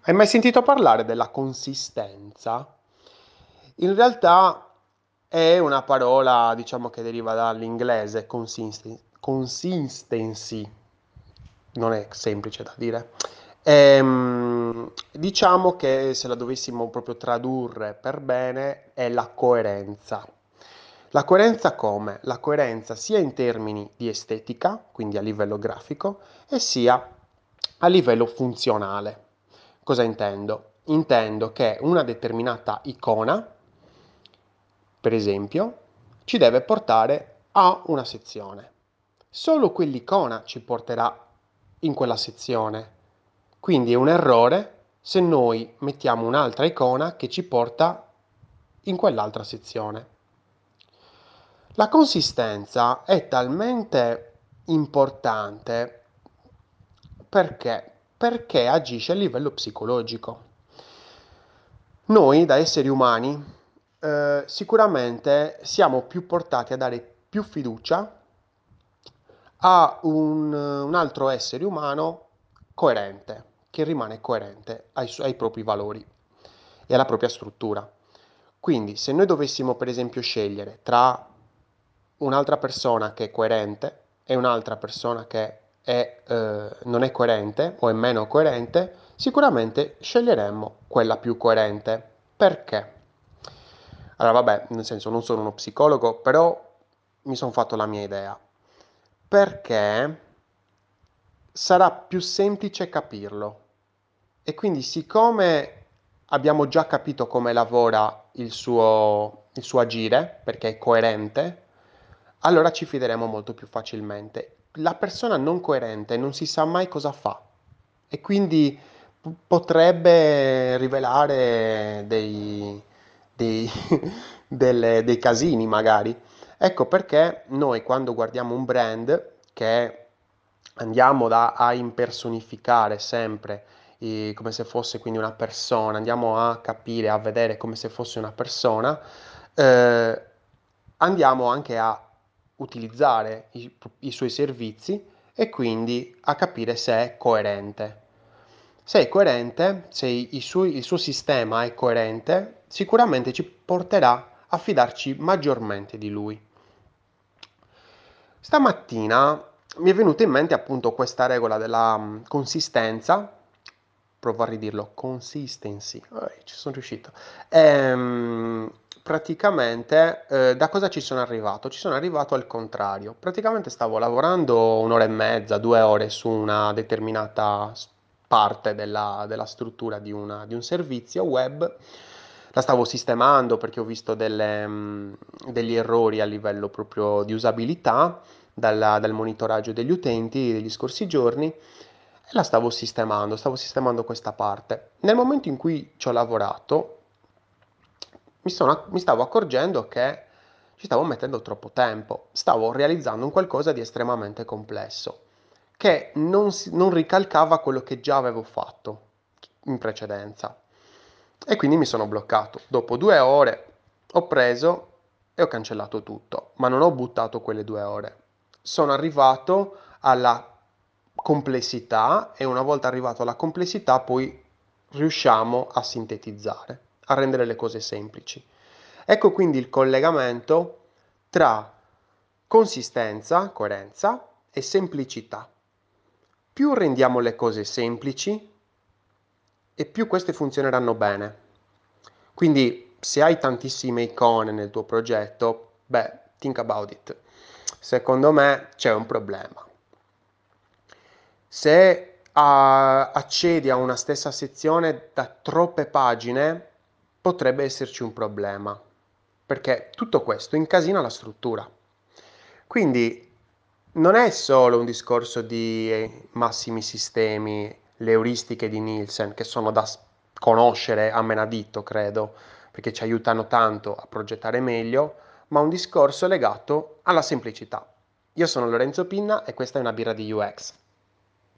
Hai mai sentito parlare della consistenza? In realtà è una parola, diciamo, che deriva dall'inglese consistency, non è semplice da dire. Diciamo che se la dovessimo proprio tradurre per bene è la coerenza. La coerenza come? La coerenza sia in termini di estetica, quindi a livello grafico, e sia a livello funzionale. Cosa intendo? Intendo che una determinata icona, per esempio, ci deve portare a una sezione. Solo quell'icona ci porterà in quella sezione. Quindi è un errore se noi mettiamo un'altra icona che ci porta in quell'altra sezione. La consistenza è talmente importante perché? Perché agisce a livello psicologico. Noi, da esseri umani, sicuramente siamo più portati a dare più fiducia a un altro essere umano coerente, che rimane coerente ai propri valori e alla propria struttura. Quindi, se noi dovessimo, per esempio, scegliere tra un'altra persona che è coerente e un'altra persona che non è coerente o è meno coerente, sicuramente sceglieremmo quella più coerente. Perché? Allora, vabbè, nel senso non sono uno psicologo, però mi sono fatto la mia idea. Perché sarà più semplice capirlo. E quindi, siccome abbiamo già capito come lavora il suo agire, perché è coerente, allora ci fideremo molto più facilmente. La persona non coerente non si sa mai cosa fa e quindi potrebbe rivelare dei, dei casini magari. Ecco perché noi quando guardiamo un brand che andiamo a impersonificare sempre come se fosse quindi una persona, andiamo a capire, a vedere come se fosse una persona, eh, andiamo anche a utilizzare i suoi servizi e quindi a capire se è coerente. Se è coerente, se il suo sistema è coerente, sicuramente ci porterà a fidarci maggiormente di lui. Stamattina mi è venuta in mente appunto questa regola della consistenza, provo a ridirlo, consistency, ci sono riuscito. Praticamente, da cosa ci sono arrivato? Ci sono arrivato al contrario. Praticamente stavo lavorando un'ora e mezza, 2 ore su una determinata parte della struttura di un servizio web. La stavo sistemando perché ho visto degli errori a livello proprio di usabilità dal monitoraggio degli utenti degli scorsi giorni e la stavo sistemando questa parte. Nel momento in cui ci ho lavorato, mi stavo accorgendo che ci stavo mettendo troppo tempo, stavo realizzando un qualcosa di estremamente complesso, che non ricalcava quello che già avevo fatto in precedenza. E quindi mi sono bloccato. Dopo 2 ore ho preso e ho cancellato tutto, ma non ho buttato quelle 2 ore. Sono arrivato alla complessità e una volta arrivato alla complessità poi riusciamo a sintetizzare, a rendere le cose semplici. Ecco quindi il collegamento tra consistenza, coerenza e semplicità. Più rendiamo le cose semplici e più queste funzioneranno bene. Quindi se hai tantissime icone nel tuo progetto, beh, think about it. Secondo me c'è un problema. Se accedi a una stessa sezione da troppe pagine, potrebbe esserci un problema, perché tutto questo incasina la struttura. Quindi non è solo un discorso di massimi sistemi, le euristiche di Nielsen, che sono da conoscere a menadito, credo, perché ci aiutano tanto a progettare meglio, ma un discorso legato alla semplicità. Io sono Lorenzo Pinna e questa è una birra di UX.